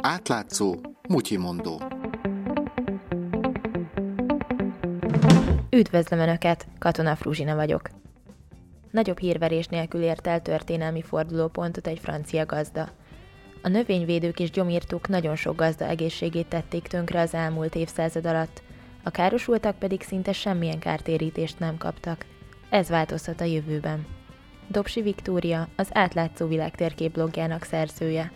Átlátszó, mutyimondó. Üdvözlöm Önöket, Katona Fruzsina vagyok. Nagyobb hírverés nélkül ért el történelmi fordulópontot egy francia gazda. A növényvédők és gyomírtók nagyon sok gazda egészségét tették tönkre az elmúlt évszázad alatt, a károsultak pedig szinte semmilyen kártérítést nem kaptak. Ez változhat a jövőben. Dobsi Viktória, az Átlátszó világtérkép blogjának szerzője.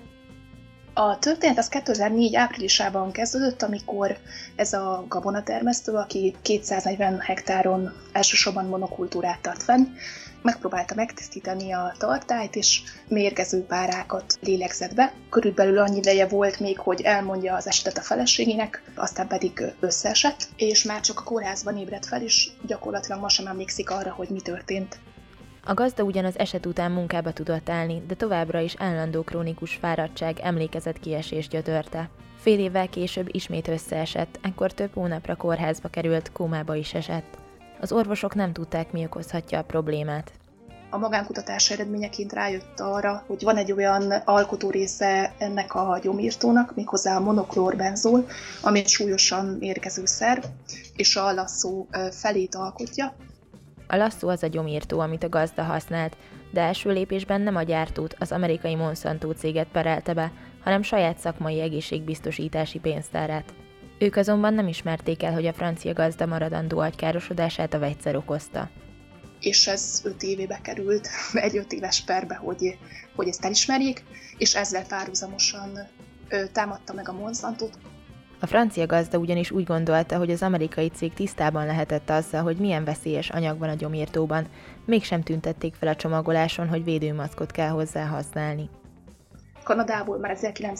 A történet az 2004 áprilisában kezdődött, amikor ez a gabonatermesztő, aki 240 hektáron elsősorban monokultúrát tart fenn, megpróbálta megtisztítani a tartályt, és mérgező párákat lélegzett be. Körülbelül annyi ideje volt még, hogy elmondja az esetet a feleségének, aztán pedig összeesett, és már csak a kórházban ébredt fel, és gyakorlatilag ma sem emlékszik arra, hogy mi történt. A gazda ugyan az eset után munkába tudott állni, de továbbra is állandó krónikus fáradtság, emlékezetkiesést gyötörte. Fél évvel később ismét összeesett, ekkor több hónapra kórházba került, kómába is esett. Az orvosok nem tudták, mi okozhatja a problémát. A magánkutatás eredményeként rájött arra, hogy van egy olyan alkotó része ennek a gyomírtónak, méghozzá a monoklorbenzol, ami egy súlyosan mérgező szerv, és a lasszó felét alkotja. A lasszó az a gyomírtó, amit a gazda használt, de első lépésben nem a gyártót, az amerikai Monsanto céget perelte be, hanem saját szakmai egészségbiztosítási pénztárát. Ők azonban nem ismerték el, hogy a francia gazda maradandó agykárosodását a vegyszer okozta. És ez 5 évébe került, egy 5 éves perbe, hogy ezt elismerjék, és ezzel párhuzamosan támadta meg a Monsantot. A francia gazda ugyanis úgy gondolta, hogy az amerikai cég tisztában lehetett azzal, hogy milyen veszélyes anyag van a gyomírtóban, mégsem tüntették fel a csomagoláson, hogy védőmaszkot kell hozzá használni. Kanadából már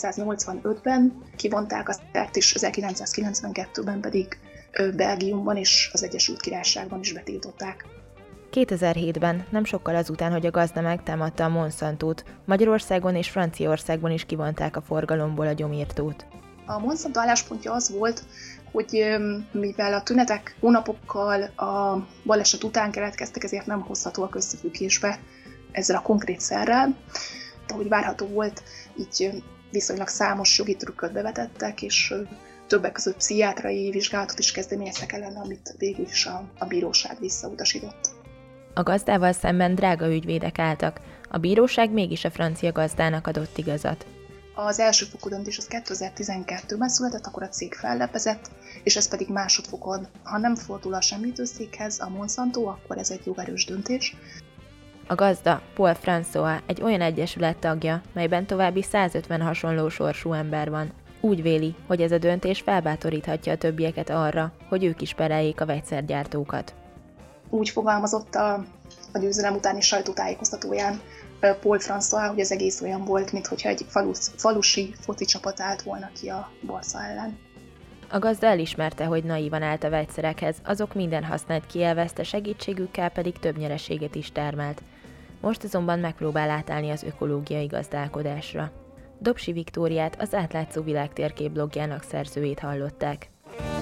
1985-ben kivonták a szert, és 1992-ben pedig Belgiumban és az Egyesült Királyságban is betiltották. 2007-ben, nem sokkal azután, hogy a gazda megtámadta a Monsantót, Magyarországon és Franciaországban is kivonták a forgalomból a gyomírtót. A Monsanto álláspontja az volt, hogy mivel a tünetek hónapokkal a baleset után keletkeztek, ezért nem hozhatóak összefüggésbe ezzel a konkrét szerrel. Ahogy várható volt, így viszonylag számos jogi trükköt bevetettek, és többek között pszichiátriai vizsgálatot is kezdeményeztek ellene, amit végül is a bíróság visszautasított. A gazdával szemben drága ügyvédek álltak, a bíróság mégis a francia gazdának adott igazat. Az elsőfokú döntés az 2012-ben született, akkor a cég fellebbezett, és ez pedig másodfokon, ha nem fordul a semmitőszékhez a Monsanto, akkor ez egy jogerős döntés. A gazda, Paul François, egy olyan egyesület tagja, melyben további 150 hasonló sorsú ember van. Úgy véli, hogy ez a döntés felbátoríthatja a többieket arra, hogy ők is pereljék a vegyszergyártókat. Úgy fogalmazott a győzelem utáni sajtótájékoztatóján Paul François, hogy ez egész olyan volt, mintha egy falusi foci csapat állt volna ki a Barca ellen. A gazda elismerte, hogy naívan állt a vegyszerekhez, azok minden hasznát kielvezte, segítségükkel pedig több nyereséget is termelt. Most azonban megpróbál átállni az ökológiai gazdálkodásra. Dobsi Viktóriát, az Átlátszó világtérkép blogjának szerzőjét hallották.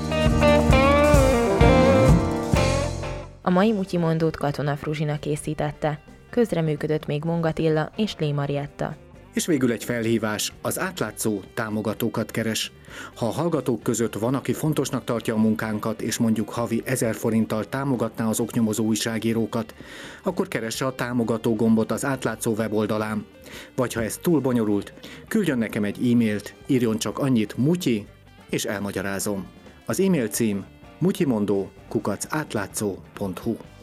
A mai mutyimondót Katona Fruzsina készítette. Közreműködött még Monga Attila és Lé Marietta. És végül egy felhívás, az Átlátszó támogatókat keres. Ha a hallgatók között van, aki fontosnak tartja a munkánkat, és mondjuk havi 1000 forinttal támogatná az oknyomozó újságírókat, akkor keresse a támogató gombot az Átlátszó weboldalán. Vagy ha ez túl bonyolult, küldjön nekem egy e-mailt, írjon csak annyit mutyi, és elmagyarázom. Az e-mail cím mutyimondó@átlátszó.hu.